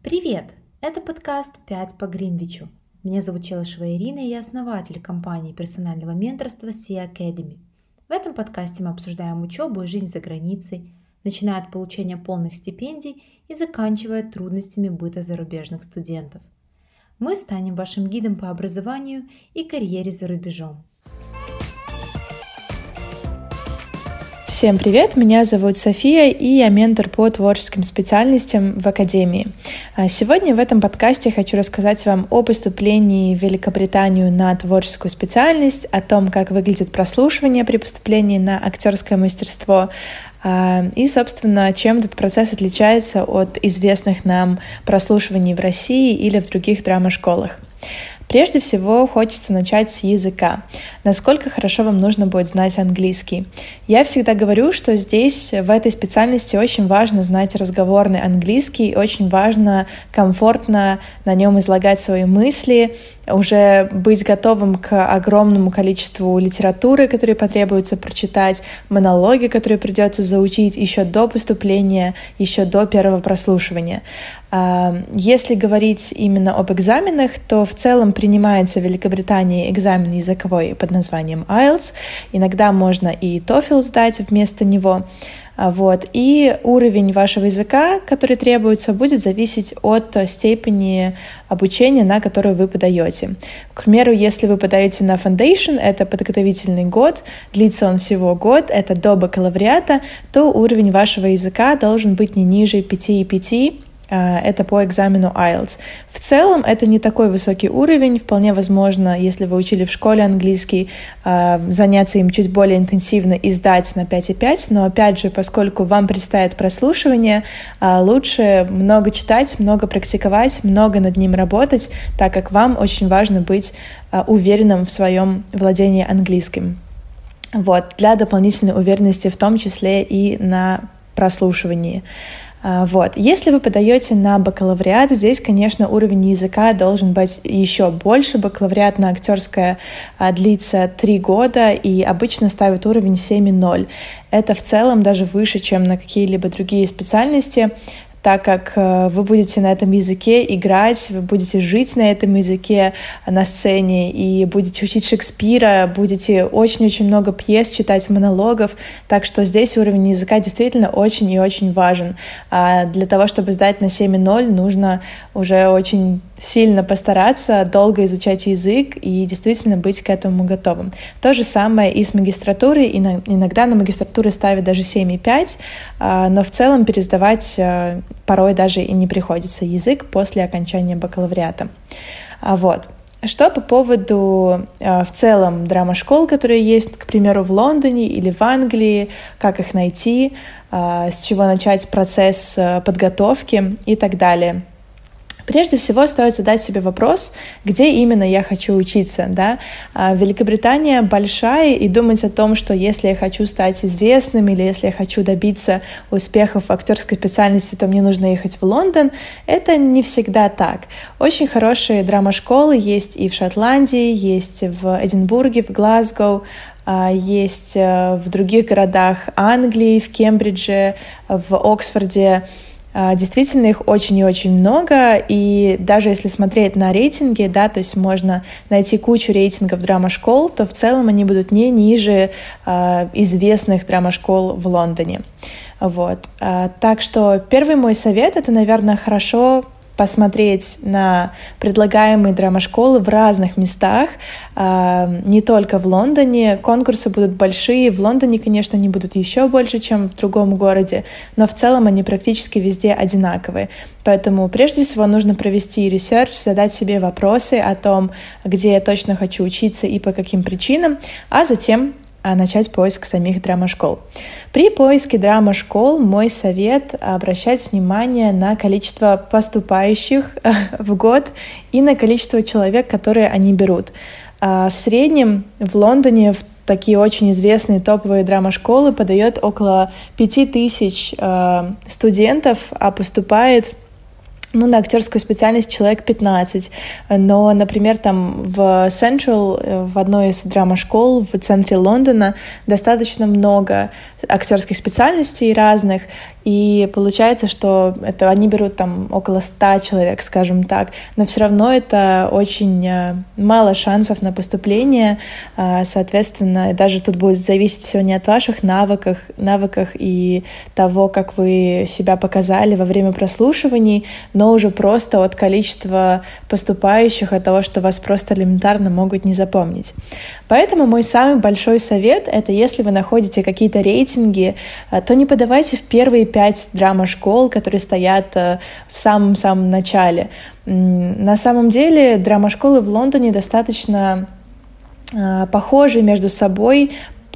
Привет! Это подкаст «5 по Гринвичу». Меня зовут Челышева Ирина, и я основатель компании персонального менторства SEA Academy. В этом подкасте мы обсуждаем учебу и жизнь за границей, начиная от получения полных стипендий и заканчивая трудностями быта зарубежных студентов. Мы станем вашим гидом по образованию и карьере за рубежом. Всем привет, меня зовут София, и я ментор по творческим специальностям в Академии. Сегодня в этом подкасте я хочу рассказать вам о поступлении в Великобританию на творческую специальность, о том, как выглядит прослушивание при поступлении на актерское мастерство, и, собственно, чем этот процесс отличается от известных нам прослушиваний в России или в других драма-школах. Прежде всего, хочется начать с языка. Насколько хорошо вам нужно будет знать английский? Я всегда говорю, что здесь, в этой специальности, очень важно знать разговорный английский, очень важно комфортно на нем излагать свои мысли, уже быть готовым к огромному количеству литературы, которую потребуется прочитать, монологи, которые придется заучить еще до поступления, еще до первого прослушивания. Если говорить именно об экзаменах, то в целом принимается в Великобритании экзамен языковой под названием IELTS. Иногда можно и TOEFL сдать вместо него. И уровень вашего языка, который требуется, будет зависеть от степени обучения, на которую вы подаете. К примеру, если вы подаете на Foundation, это подготовительный год, длится он всего год, это до бакалавриата, то уровень вашего языка должен быть не ниже 5,5. Это по экзамену IELTS. В целом это не такой высокий уровень, вполне возможно, если вы учили в школе английский, заняться им чуть более интенсивно и сдать на 5,5, но опять же, поскольку вам предстоит прослушивание, лучше много читать, много практиковать, много над ним работать, так как вам очень важно быть уверенным в своем владении английским. Для дополнительной уверенности, в том числе и на прослушивании. Если вы подаете на бакалавриат, здесь, конечно, уровень языка должен быть еще больше. Бакалавриат на актерское длится 3 года и обычно ставят уровень 7,0. Это в целом даже выше, чем на какие-либо другие специальности, так как вы будете на этом языке играть, вы будете жить на этом языке на сцене и будете учить Шекспира, будете очень-очень много пьес читать, монологов, так что здесь уровень языка действительно очень и очень важен. Для того, чтобы сдать на 7,0, нужно уже очень сильно постараться, долго изучать язык и действительно быть к этому готовым. То же самое и с магистратурой. Иногда на магистратуру ставят даже 7,5, но в целом пересдавать порой даже и не приходится язык после окончания бакалавриата. Что по поводу в целом драма-школ, которые есть, к примеру, в Лондоне или в Англии, как их найти, с чего начать процесс подготовки и так далее. Прежде всего, стоит задать себе вопрос, где именно я хочу учиться. Великобритания большая, и думать о том, что если я хочу стать известным или если я хочу добиться успехов в актерской специальности, то мне нужно ехать в Лондон, это не всегда так. Очень хорошие драма-школы есть и в Шотландии, есть в Эдинбурге, в Глазго, есть в других городах Англии, в Кембридже, в Оксфорде. Действительно, их очень и очень много, и даже если смотреть на рейтинги, то есть можно найти кучу рейтингов драма-школ, то в целом они будут не ниже известных драма-школ в Лондоне. Так что первый мой совет — это, наверное, хорошо посмотреть на предлагаемые драма-школы в разных местах, не только в Лондоне. Конкурсы будут большие, в Лондоне, конечно, они будут еще больше, чем в другом городе, но в целом они практически везде одинаковые. Поэтому прежде всего нужно провести ресерч, задать себе вопросы о том, где я точно хочу учиться и по каким причинам, а затем начать поиск самих драма-школ. При поиске драма-школ мой совет — обращать внимание на количество поступающих в год и на количество человек, которые они берут. В среднем в Лондоне в такие очень известные топовые драма-школы подает около 5000 студентов, а поступает на актерскую специальность человек 15, но, например, там в Central, в одной из драма-школ в центре Лондона достаточно много актерских специальностей разных, и получается, что они берут там около 100 человек, скажем так, но все равно это очень мало шансов на поступление, соответственно, даже тут будет зависеть все не от ваших навыках и того, как вы себя показали во время прослушиваний, но уже просто от количества поступающих, от того, что вас просто элементарно могут не запомнить. Поэтому мой самый большой совет — это если вы находите какие-то рейтинги, то не подавайте в первые 5 драма-школ, которые стоят в самом-самом начале. На самом деле драма-школы в Лондоне достаточно похожи между собой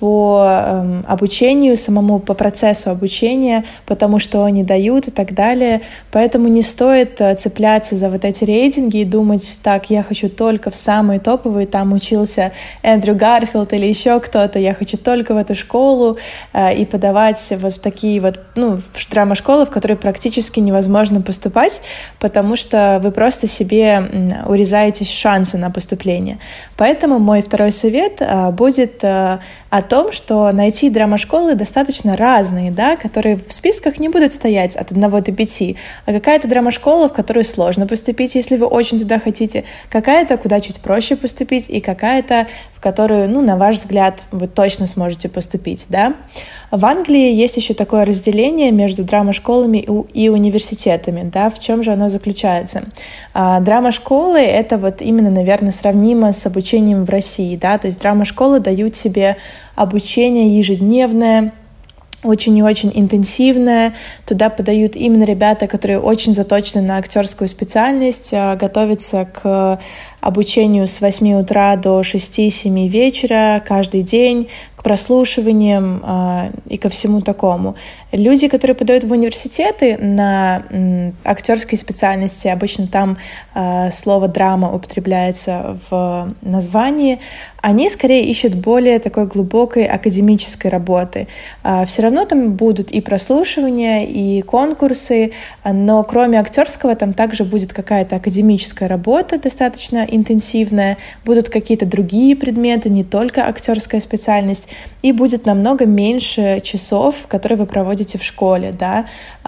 по обучению самому, по процессу обучения, потому что они дают и так далее. Поэтому не стоит цепляться за вот эти рейтинги и думать: так, я хочу только в самые топовые, там учился Эндрю Гарфилд или еще кто-то, я хочу только в эту школу, и подавать вот в такие вот, в драма-школы, в которые практически невозможно поступать, потому что вы просто себе урезаете шансы на поступление. Поэтому мой второй совет будет о том, что найти драма-школы достаточно разные, да, которые в списках не будут стоять от 1 до 5, а какая-то драма-школа, в которую сложно поступить, если вы очень туда хотите, какая-то, куда чуть проще поступить, и какая-то, в которую, на ваш взгляд, вы точно сможете поступить, да. В Англии есть еще такое разделение между драма-школами и университетами, да, в чем же оно заключается? Драма-школы — это вот именно, наверное, сравнимо с обучением в России, да, то есть драма-школы дают себе обучение ежедневное, очень и очень интенсивное. Туда подают именно ребята, которые очень заточены на актерскую специальность, готовятся к обучению с 8 утра до 6-7 вечера каждый день, к прослушиваниям и ко всему такому. Люди, которые подают в университеты на актерской специальности, обычно там слово «драма» употребляется в названии, они скорее ищут более такой глубокой академической работы. Все равно там будут и прослушивания, и конкурсы, но кроме актерского там также будет какая-то академическая работа достаточно интенсивная, будут какие-то другие предметы, не только актерская специальность, и будет намного меньше часов, которые вы проводите в школе, да.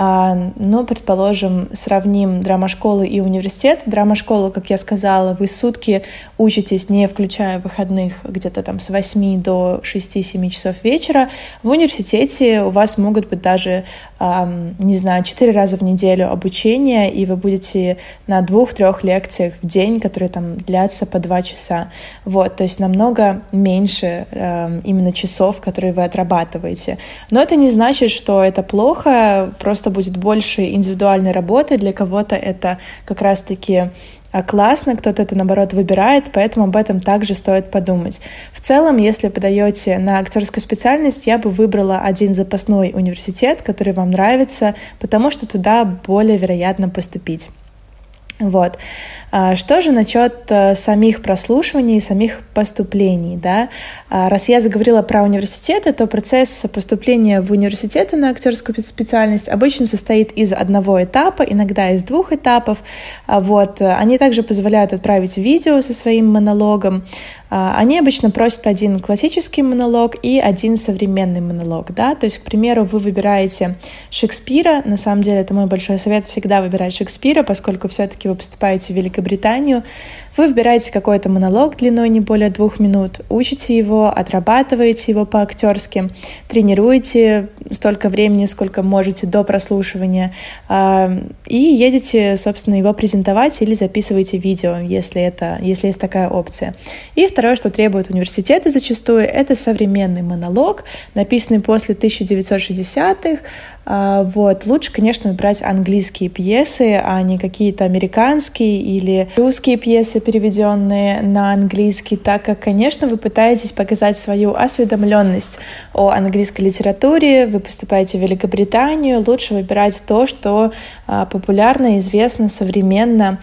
Но, предположим, сравним драма-школу и университет. Драма-школу, как я сказала, вы сутки учитесь, не включая выходных, где-то там с 8 до 6-7 часов вечера. В университете у вас могут быть даже, 4 раза в неделю обучения, и вы будете на 2-3 лекциях в день, которые там длятся по 2 часа. Вот, то есть намного меньше именно часов, которые вы отрабатываете. Но это не значит, что это плохо, просто будет больше индивидуальной работы. Для кого-то это как раз-таки классно, кто-то это, наоборот, выбирает, поэтому об этом также стоит подумать. В целом, если подаете на актерскую специальность, я бы выбрала один запасной университет, который вам нравится, потому что туда более вероятно поступить. Вот. Что же насчет самих прослушиваний, самих поступлений, да? Раз я заговорила про университеты, то процесс поступления в университеты на актерскую специальность обычно состоит из одного этапа, иногда из 2 этапов. Вот. Они также позволяют отправить видео со своим монологом. Они обычно просят один классический монолог и один современный монолог, да, то есть, к примеру, вы выбираете Шекспира, на самом деле это мой большой совет всегда выбирать Шекспира, поскольку все-таки вы поступаете в Великобританию, вы выбираете какой-то монолог длиной не более 2 минут, учите его, отрабатываете его по-актерски, тренируете столько времени, сколько можете до прослушивания, и едете, собственно, его презентовать или записываете видео, если есть такая опция. И второе, что требуют университеты зачастую, это современный монолог, написанный после 1960-х. Вот. Лучше, конечно, брать английские пьесы, а не какие-то американские или русские пьесы, переведенные на английский, так как, конечно, вы пытаетесь показать свою осведомленность о английской литературе, вы поступаете в Великобританию, лучше выбирать то, что популярно, известно, современно,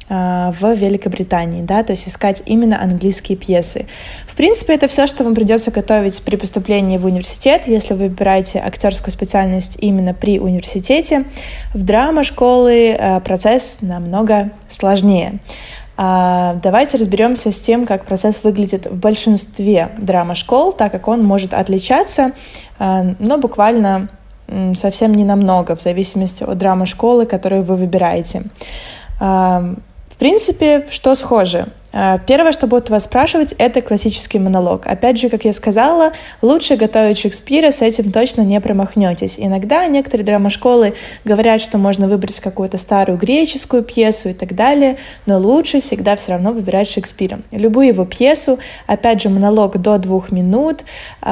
в Великобритании, да, то есть искать именно английские пьесы. В принципе, это все, что вам придется готовить при поступлении в университет, если вы выбираете актерскую специальность именно при университете. В драма-школы процесс намного сложнее. Давайте разберемся с тем, как процесс выглядит в большинстве драма-школ, так как он может отличаться, но буквально совсем не намного, в зависимости от драма-школы, которую вы выбираете. В принципе, что схоже? Первое, что будут вас спрашивать, это классический монолог. Опять же, как я сказала, лучше готовить Шекспира, с этим точно не промахнетесь. Иногда некоторые драма-школы говорят, что можно выбрать какую-то старую греческую пьесу и так далее, но лучше всегда все равно выбирать Шекспира. Любую его пьесу, опять же, монолог до 2 минут,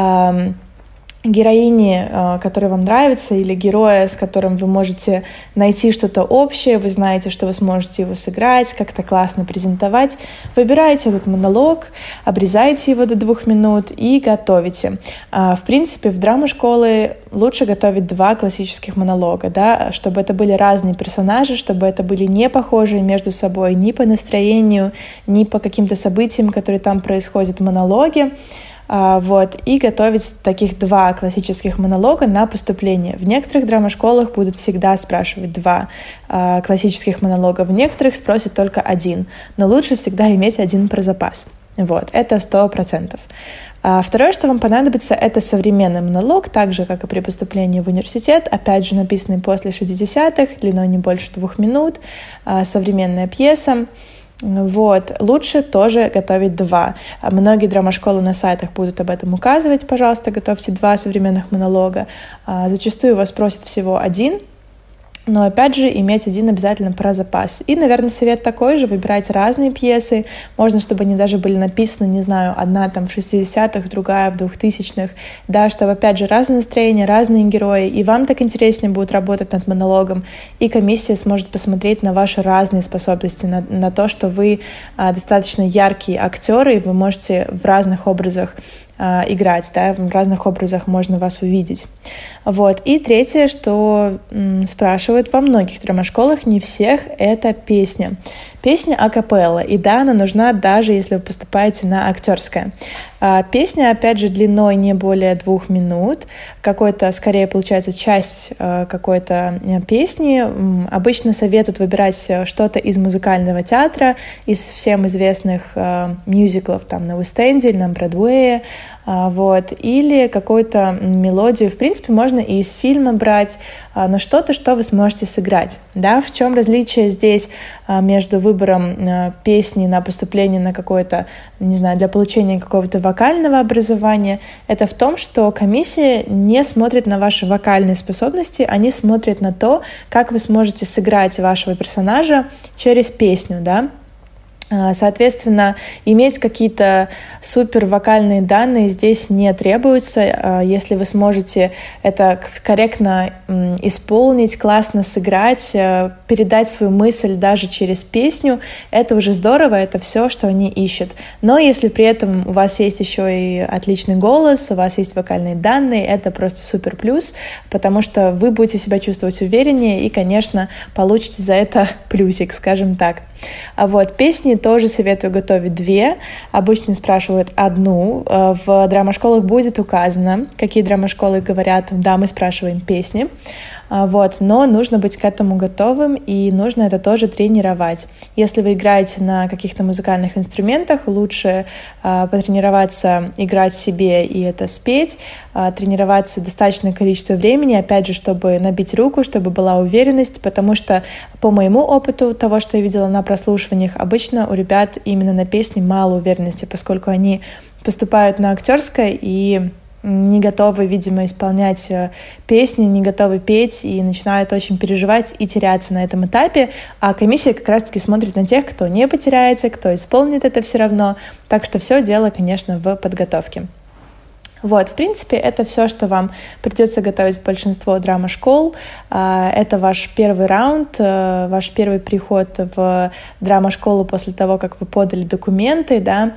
героини, которая вам нравится, или героя, с которым вы можете найти что-то общее, вы знаете, что вы сможете его сыграть, как-то классно презентовать. Выбирайте этот монолог, обрезайте его до 2 минут и готовите. В принципе, в драма-школы лучше готовить 2 классических монолога, да, чтобы это были разные персонажи, чтобы это были не похожие между собой ни по настроению, ни по каким-то событиям, которые там происходят в монологе. И готовить таких 2 классических монолога на поступление. В некоторых драма-школах будут всегда спрашивать 2 классических монолога, в некоторых спросят только 1, но лучше всегда иметь 1 про запас. Это 100%. Второе, что вам понадобится, это современный монолог, так же, как и при поступлении в университет, опять же, написанный после 60-х, длиной не больше 2 минут, современная пьеса. Лучше тоже готовить 2. Многие драма-школы на сайтах будут об этом указывать. Пожалуйста, готовьте 2 современных монолога. Зачастую вас просят всего 1. Но, опять же, иметь 1 обязательно про запас. И, наверное, совет такой же: выбирать разные пьесы. Можно, чтобы они даже были написаны, не знаю, одна там в 60-х, другая в 2000-х. Да, чтобы, опять же, разное настроение, разные герои. И вам так интереснее будет работать над монологом. И комиссия сможет посмотреть на ваши разные способности, на то, что вы достаточно яркие актеры, и вы можете в разных образах играть, да, в разных образах можно вас увидеть. И третье, что спрашивают во многих драма-школах, не всех, это песня. Песня акапелла, и да, она нужна даже если вы поступаете на актерское. Песня, опять же, длиной не более 2 минут, какой-то, скорее, получается, часть какой-то песни. Обычно советуют выбирать что-то из музыкального театра, из всем известных мюзиклов там на Уэст-Энде или на Бродвее, или какую-то мелодию. В принципе, можно и из фильма брать, но что-то, что вы сможете сыграть. Да? В чем различие здесь между выбором песни на поступление на какое-то, не знаю, для получения какого-то вокального образования? Это в том, что комиссия не смотрит на ваши вокальные способности, они смотрят на то, как вы сможете сыграть вашего персонажа через песню, да? Соответственно, иметь какие-то супер вокальные данные здесь не требуется. Если вы сможете это корректно исполнить, классно сыграть, передать свою мысль даже через песню, это уже здорово, это все, что они ищут. Но если при этом у вас есть еще и отличный голос, у вас есть вокальные данные, это просто супер плюс, потому что вы будете себя чувствовать увереннее и, конечно, получите за это плюсик, скажем так. Песни тоже советую готовить 2. Обычно спрашивают 1. В драма-школах будет указано, какие драма-школы говорят: да, мы спрашиваем песни. Но нужно быть к этому готовым, и нужно это тоже тренировать. Если вы играете на каких-то музыкальных инструментах, лучше потренироваться играть себе и это спеть, тренироваться достаточное количество времени, опять же, чтобы набить руку, чтобы была уверенность, потому что по моему опыту, того, что я видела на прослушиваниях, обычно у ребят именно на песне мало уверенности, поскольку они поступают на актерское и не готовы, видимо, исполнять песни, не готовы петь и начинают очень переживать и теряться на этом этапе, а комиссия как раз-таки смотрит на тех, кто не потеряется, кто исполнит это все равно, так что все дело, конечно, в подготовке. В принципе, это все, что вам придется готовить в большинство драма-школ. Это ваш первый раунд, ваш первый приход в драма-школу после того, как вы подали документы, да.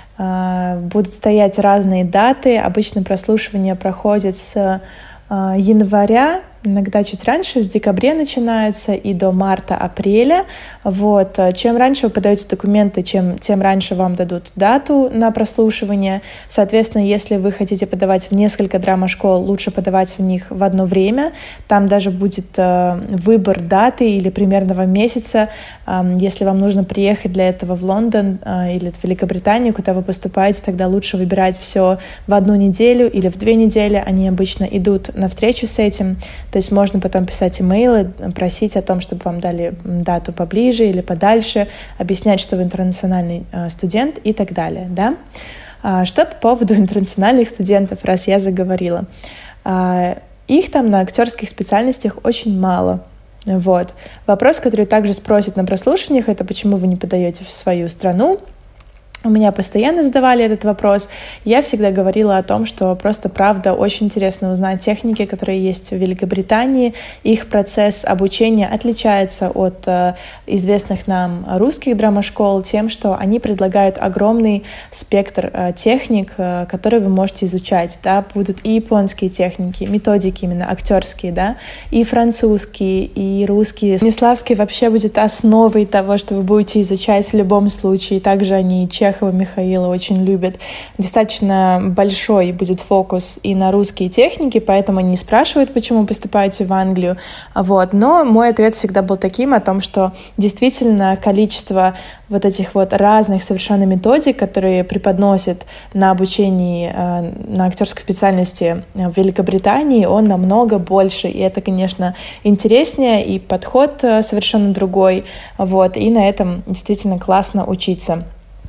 Будут стоять разные даты. Обычно прослушивание проходит с января иногда чуть раньше, с декабря начинаются и до марта-апреля. Вот. Чем раньше вы подаете документы, тем раньше вам дадут дату на прослушивание. Соответственно, если вы хотите подавать в несколько драма-школ, лучше подавать в них в одно время. Там даже будет выбор даты или примерного месяца. Если вам нужно приехать для этого в Лондон или в Великобританию, куда вы поступаете, тогда лучше выбирать все в 1 неделю или в 2 недели. Они обычно идут навстречу с этим. То есть можно потом писать имейлы, просить о том, чтобы вам дали дату поближе или подальше, объяснять, что вы интернациональный студент и так далее. Да? Что по поводу интернациональных студентов, раз я заговорила. Их там на актерских специальностях очень мало. Вот. Вопрос, который также спросят на прослушиваниях, это почему вы не подаете в свою страну. У меня постоянно задавали этот вопрос. Я всегда говорила о том, что просто, правда, очень интересно узнать техники, которые есть в Великобритании. Их процесс обучения отличается от известных нам русских драма-школ тем, что они предлагают огромный спектр техник, которые вы можете изучать. Да? Будут и японские техники, методики именно актерские, да? И французские, и русские. Станиславский вообще будет основой того, что вы будете изучать в любом случае. Также они Чехова Михаила очень любят. Достаточно большой будет фокус и на русские техники, поэтому они не спрашивают, почему поступаете в Англию. Вот. Но мой ответ всегда был таким, о том, что действительно количество вот этих вот разных совершенно методик, которые преподносят на обучении на актерской специальности в Великобритании, он намного больше. И это, конечно, интереснее, и подход совершенно другой. Вот. И на этом действительно классно учиться.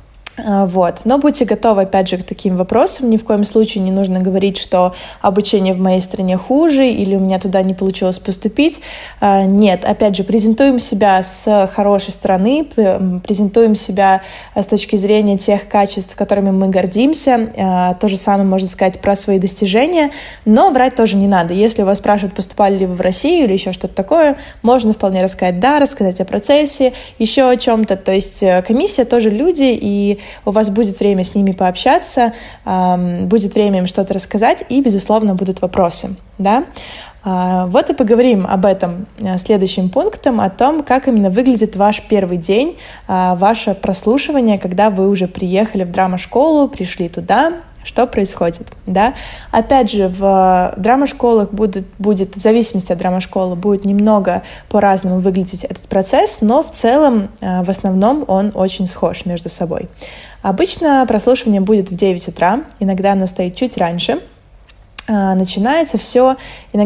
Вот. Но будьте готовы, опять же, к таким вопросам. Ни в коем случае не нужно говорить, что обучение в моей стране хуже или у меня туда не получилось поступить. Нет, опять же, презентуем себя с хорошей стороны, презентуем себя с точки зрения тех качеств, которыми мы гордимся. То же самое можно сказать про свои достижения, но врать тоже не надо. Если у вас спрашивают, поступали ли вы в Россию или еще что-то такое, можно вполне рассказать «да», рассказать о процессе, еще о чем-то. То есть комиссия тоже люди, и у вас будет время с ними пообщаться, будет время им что-то рассказать, и, безусловно, будут вопросы. Да? Вот и поговорим об этом следующим пунктом, о том, как именно выглядит ваш первый день, ваше прослушивание, когда вы уже приехали в драма-школу, пришли туда. Что происходит, да? Опять же, в драма-школах будет, в зависимости от драма-школы, будет немного по-разному выглядеть этот процесс, но в целом, в основном, он очень схож между собой. Обычно прослушивание будет в 9 утра, иногда оно стоит чуть раньше. Иногда начинается все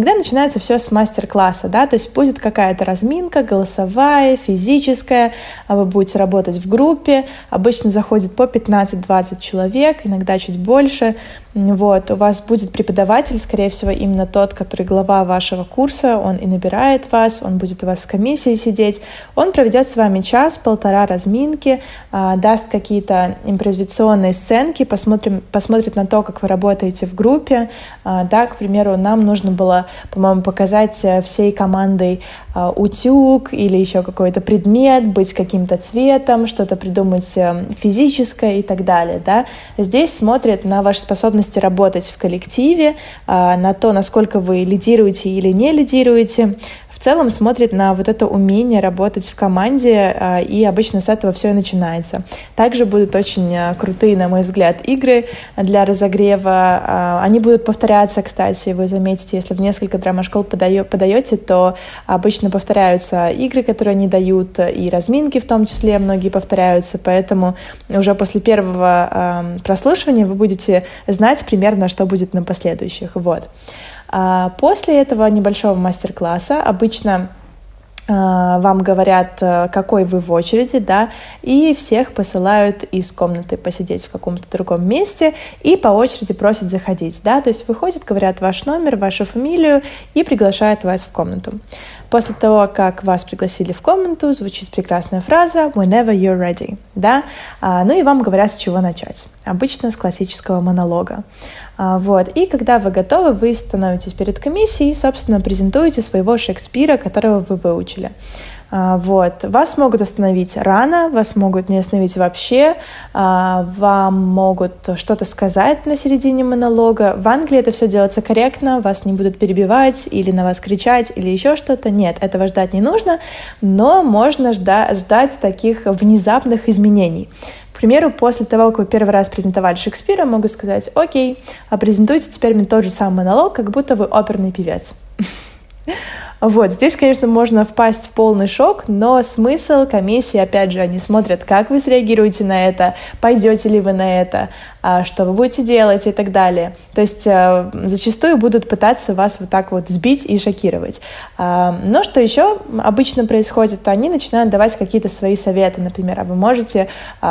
с мастер-класса, да, то есть будет какая-то разминка голосовая, физическая, вы будете работать в группе, обычно заходит по 15-20 человек, иногда чуть больше. Вот, у вас будет преподаватель, скорее всего, именно тот, который глава вашего курса, он и набирает вас, он будет у вас в комиссии сидеть, он проведет с вами 1-1.5 разминки, даст какие-то импровизационные сценки, посмотрит на то, как вы работаете в группе. Да, к примеру, нам нужно было, по-моему, показать всей командой утюг или еще какой-то предмет, быть каким-то цветом, что-то придумать физическое и так далее. Да. Здесь смотрят на ваши способности работать в коллективе, на то, насколько вы лидируете или не лидируете. В целом смотрит на вот это умение работать в команде, и обычно с этого все и начинается. Также будут очень крутые, на мой взгляд, игры для разогрева. Они будут повторяться, кстати, вы заметите, если в несколько драма-школ подаете, то обычно повторяются игры, которые они дают, и разминки в том числе многие повторяются, поэтому уже после первого прослушивания вы будете знать примерно, что будет на последующих. Вот. После этого небольшого мастер-класса обычно вам говорят, какой вы в очереди, да, и всех посылают из комнаты посидеть в каком-то другом месте и по очереди просят заходить, да, то есть выходят, говорят ваш номер, вашу фамилию и приглашают вас в комнату. После того, как вас пригласили в комнату, звучит прекрасная фраза «whenever you're ready», да, ну и вам говорят, с чего начать, обычно с классического монолога. Вот. И когда вы готовы, вы становитесь перед комиссией и, собственно, презентуете своего Шекспира, которого вы выучили. Вот. Вас могут остановить рано, вас могут не остановить вообще, вам могут что-то сказать на середине монолога. В Англии это все делается корректно, вас не будут перебивать или на вас кричать, или еще что-то. Нет, этого ждать не нужно, но можно ждать таких внезапных изменений. К примеру, после того, как вы первый раз презентовали Шекспира, могут сказать: окей, а презентуйте теперь мне тот же самый монолог, как будто вы оперный певец. Вот, здесь, конечно, можно впасть в полный шок, но смысл комиссии, опять же, они смотрят, как вы среагируете на это, пойдете ли вы на это, что вы будете делать и так далее. То есть зачастую будут пытаться вас вот так вот сбить и шокировать. Но что еще обычно происходит, они начинают давать какие-то свои советы, например, вы можете,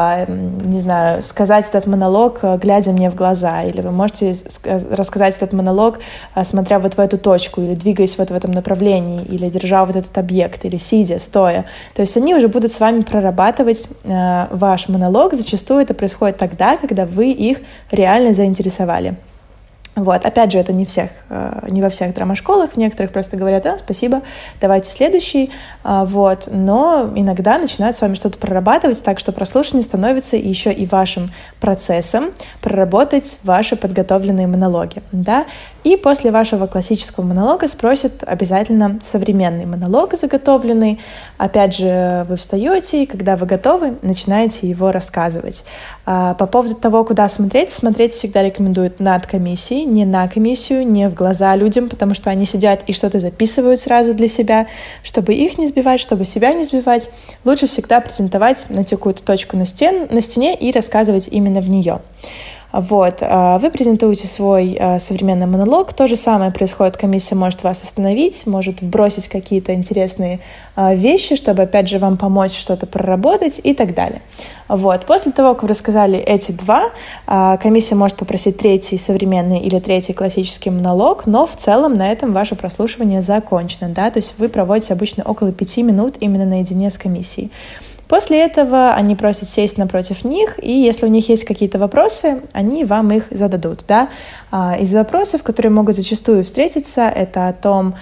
не знаю, сказать этот монолог, глядя мне в глаза, или вы можете рассказать этот монолог, смотря вот в эту точку, или двигаясь вот в этом направлении, или держа вот этот объект, или сидя, стоя. То есть они уже будут с вами прорабатывать ваш монолог. Зачастую это происходит тогда, когда вы их реально заинтересовали. Вот, опять же, это не во всех драмашколах, в некоторых просто говорят: спасибо, давайте следующий, вот, но иногда начинают с вами что-то прорабатывать, так что прослушивание становится еще и вашим процессом проработать ваши подготовленные монологи, да, и после вашего классического монолога спросят обязательно современный монолог заготовленный, опять же, вы встаете, и когда вы готовы, начинаете его рассказывать. По поводу того, куда смотреть всегда рекомендуют над комиссией, не на комиссию, не в глаза людям, потому что они сидят и что-то записывают сразу для себя. Чтобы их не сбивать, чтобы себя не сбивать, лучше всегда презентовать на какую-то точку на стене и рассказывать именно в нее. Вот, вы презентуете свой современный монолог, то же самое происходит, комиссия может вас остановить, может вбросить какие-то интересные вещи, чтобы, опять же, вам помочь что-то проработать и так далее. Вот, после того, как вы рассказали эти два, комиссия может попросить третий современный или третий классический монолог, но в целом на этом ваше прослушивание закончено, да, то есть вы проводите обычно около 5 минут именно наедине с комиссией. После этого они просят сесть напротив них, и если у них есть какие-то вопросы, они вам их зададут. Да? Из вопросов, которые могут зачастую встретиться, это о том,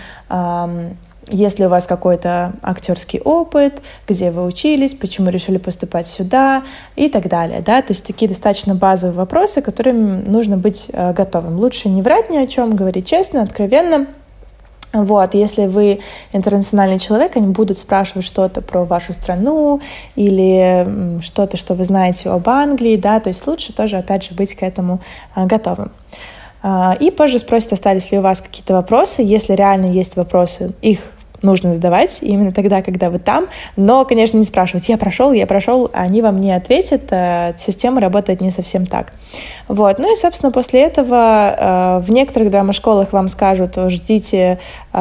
есть ли у вас какой-то актерский опыт, где вы учились, почему решили поступать сюда и так далее. Да? То есть такие достаточно базовые вопросы, к которым нужно быть готовым. Лучше не врать ни о чем, говорить честно, откровенно. Вот, если вы интернациональный человек, они будут спрашивать что-то про вашу страну или что-то, что вы знаете об Англии, да, то есть лучше тоже, опять же, быть к этому готовым. И позже спросят, остались ли у вас какие-то вопросы. Если реально есть вопросы, их нужно задавать именно тогда, когда вы там, но, конечно, не спрашивать: я прошел, они вам не ответят, система работает не совсем так. Вот. Ну и, собственно, после этого в некоторых драмашколах вам скажут: ждите,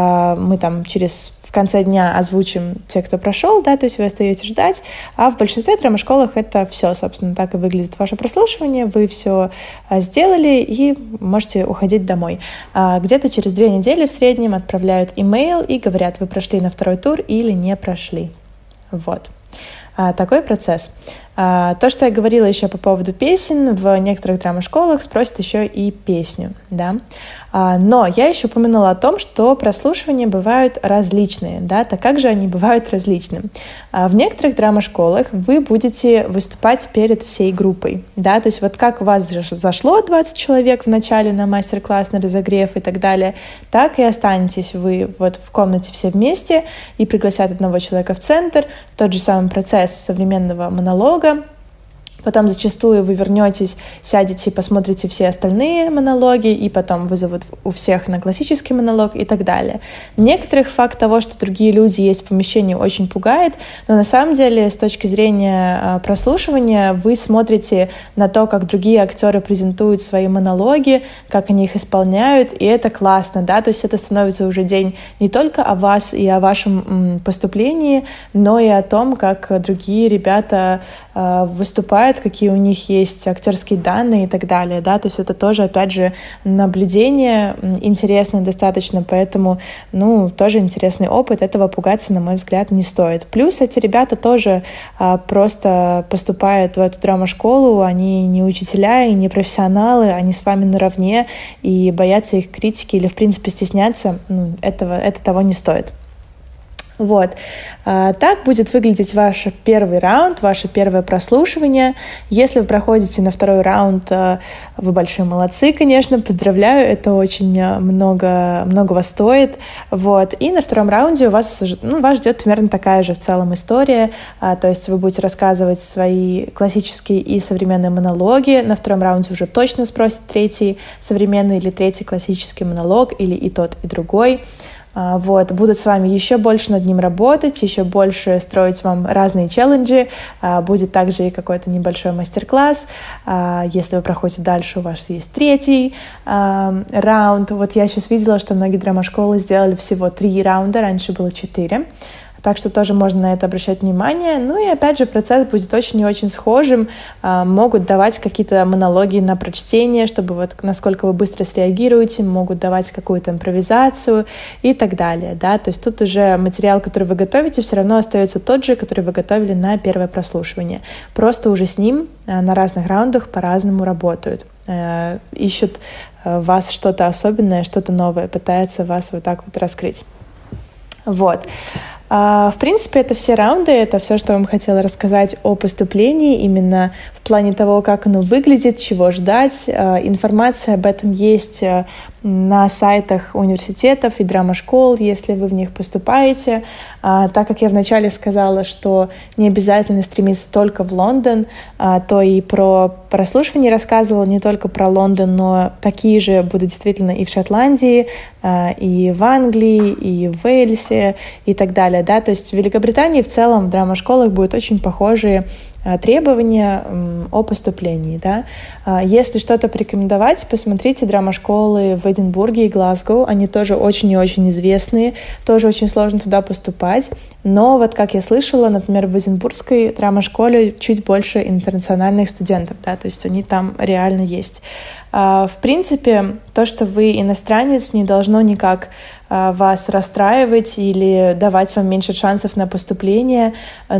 мы там в конце дня озвучим те, кто прошел, да, то есть вы остаетесь ждать, а в большинстве драмашколах это все, собственно, так и выглядит ваше прослушивание, вы все сделали и можете уходить домой. Где-то через 2 недели в среднем отправляют имейл и говорят: вы прошли на второй тур или не прошли. Вот. Такой процесс. То, что я говорила еще по поводу песен, в некоторых драмашколах спросят еще и песню, да. Но я еще упомянула о том, что прослушивания бывают различные, да, так как же они бывают различными. В некоторых драмашколах вы будете выступать перед всей группой, да, то есть вот как у вас зашло 20 человек в начале на мастер-класс, на разогрев и так далее, так и останетесь вы вот в комнате все вместе и пригласят одного человека в центр, тот же самый процесс современного монолога. Потом зачастую вы вернетесь, сядете, посмотрите все остальные монологи, и потом вызовут у всех на классический монолог и так далее. Некоторых факт того, что другие люди есть в помещении, очень пугает, но на самом деле с точки зрения прослушивания вы смотрите на то, как другие актеры презентуют свои монологи, как они их исполняют, и это классно, да, то есть это становится уже день не только о вас и о вашем поступлении, но и о том, как другие ребята выступают, какие у них есть актерские данные и так далее, да, то есть это тоже, опять же, наблюдение интересное достаточно, поэтому, тоже интересный опыт, этого пугаться, на мой взгляд, не стоит. Плюс эти ребята тоже просто поступают в эту драмашколу, они не учителя и не профессионалы, они с вами наравне, и бояться их критики или, в принципе, стесняться, это того не стоит. Вот. Так будет выглядеть ваш первый раунд, ваше первое прослушивание. Если вы проходите на второй раунд, вы большие молодцы, конечно, поздравляю, это очень многого стоит. Вот. И на втором раунде вас ждет примерно такая же в целом история, то есть вы будете рассказывать свои классические и современные монологи. На втором раунде уже точно спросят третий современный или третий классический монолог, или и тот, и другой. Вот, будут с вами еще больше над ним работать, еще больше строить вам разные челленджи, будет также и какой-то небольшой мастер-класс. Если вы проходите дальше, у вас есть третий раунд. Вот я сейчас видела, что многие драма-школы сделали всего 3 раунда, раньше было 4. Так что тоже можно на это обращать внимание. Ну и опять же процесс будет очень и очень схожим. Могут давать какие-то монологи на прочтение, чтобы вот насколько вы быстро среагируете, могут давать какую-то импровизацию и так далее. Да? То есть тут уже материал, который вы готовите, все равно остается тот же, который вы готовили на первое прослушивание. Просто уже с ним на разных раундах по-разному работают. Ищут в вас что-то особенное, что-то новое, пытаются вас вот так вот раскрыть. Вот. В принципе, это все раунды, это все, что я вам хотела рассказать о поступлении, именно в плане того, как оно выглядит, чего ждать. Информация об этом есть на сайтах университетов и драма-школ, если вы в них поступаете. Так как я вначале сказала, что не обязательно стремиться только в Лондон, то и про прослушивание рассказывала, не только про Лондон, но такие же будут действительно и в Шотландии, и в Англии, и в Уэльсе, и так далее. Да? То есть в Великобритании в целом в драма-школах будут очень похожие требования о поступлении. Да? Если что-то порекомендовать, посмотрите драма-школы в Эдинбурге и Глазго. Они тоже очень и очень известные, тоже очень сложно туда поступать. Но вот как я слышала, например, в Эдинбургской драма-школе чуть больше интернациональных студентов, да, то есть они там реально есть. В принципе, то, что вы иностранец, не должно никак вас расстраивать или давать вам меньше шансов на поступление,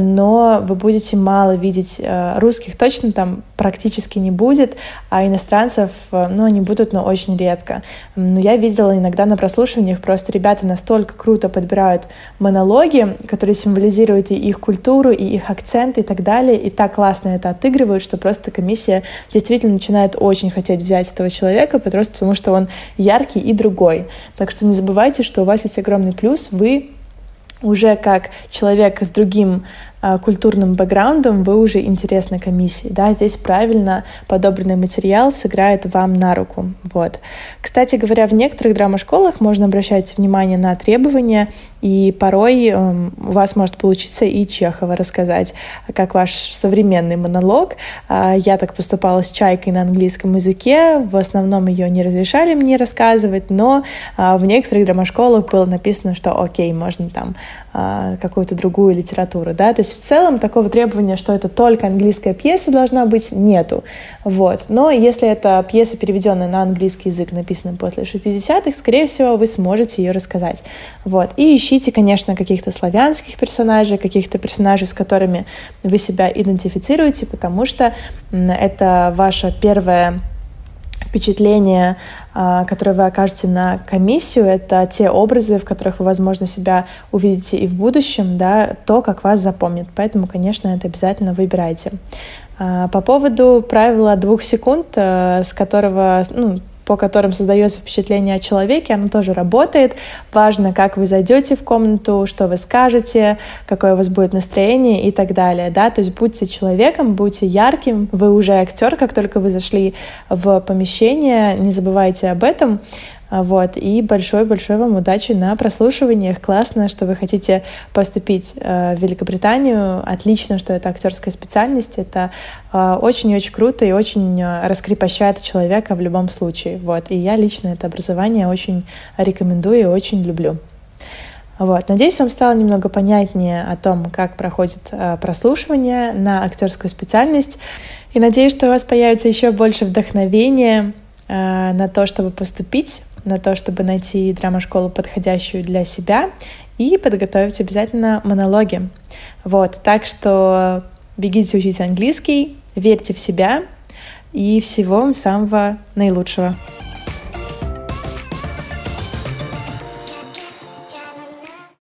но вы будете мало видеть русских, точно там практически не будет, а иностранцев, они будут, но очень редко. Но я видела иногда на прослушиваниях, просто ребята настолько круто подбирают монологи, которые символизируют и их культуру, и их акцент, и так далее, и так классно это отыгрывают, что просто комиссия действительно начинает очень хотеть взять этого человека, просто потому что он яркий и другой. Так что не забывайте, что у вас есть огромный плюс, вы уже как человек с другим культурным бэкграундом, вы уже интересны комиссии. Да? Здесь правильно подобранный материал сыграет вам на руку. Вот. Кстати говоря, в некоторых драма-школах можно обращать внимание на требования, и порой у вас может получиться и Чехова рассказать, как ваш современный монолог. Я так поступала с «Чайкой» на английском языке, в основном ее не разрешали мне рассказывать, но в некоторых драма-школах было написано, что окей, можно там какую-то другую литературу. Да? То есть в целом такого требования, что это только английская пьеса должна быть, нету. Вот. Но если эта пьеса, переведенная на английский язык, написана после 60-х, скорее всего, вы сможете ее рассказать. Вот. И ищите, конечно, каких-то славянских персонажей, каких-то персонажей, с которыми вы себя идентифицируете, потому что это ваше первое впечатление, которое вы окажете на комиссию, это те образы, в которых вы, возможно, себя увидите и в будущем, да, то, как вас запомнят. Поэтому, конечно, это обязательно выбирайте. По поводу правила 2 секунд, по которым создается впечатление о человеке, оно тоже работает. Важно, как вы зайдете в комнату, что вы скажете, какое у вас будет настроение и так далее. Да? То есть будьте человеком, будьте ярким, вы уже актер, как только вы зашли в помещение, не забывайте об этом. Вот. И большой-большой вам удачи на прослушиваниях. Классно, что вы хотите поступить в Великобританию. Отлично, что это актерская специальность. Это очень и очень круто и очень раскрепощает человека в любом случае. Вот. И я лично это образование очень рекомендую и очень люблю. Вот. Надеюсь, вам стало немного понятнее о том, как проходит прослушивание на актерскую специальность. И надеюсь, что у вас появится еще больше вдохновения на то, чтобы поступить, на то, чтобы найти драма-школу, подходящую для себя, и подготовить обязательно монологи. Вот, так что бегите учить английский, верьте в себя, и всего вам самого наилучшего.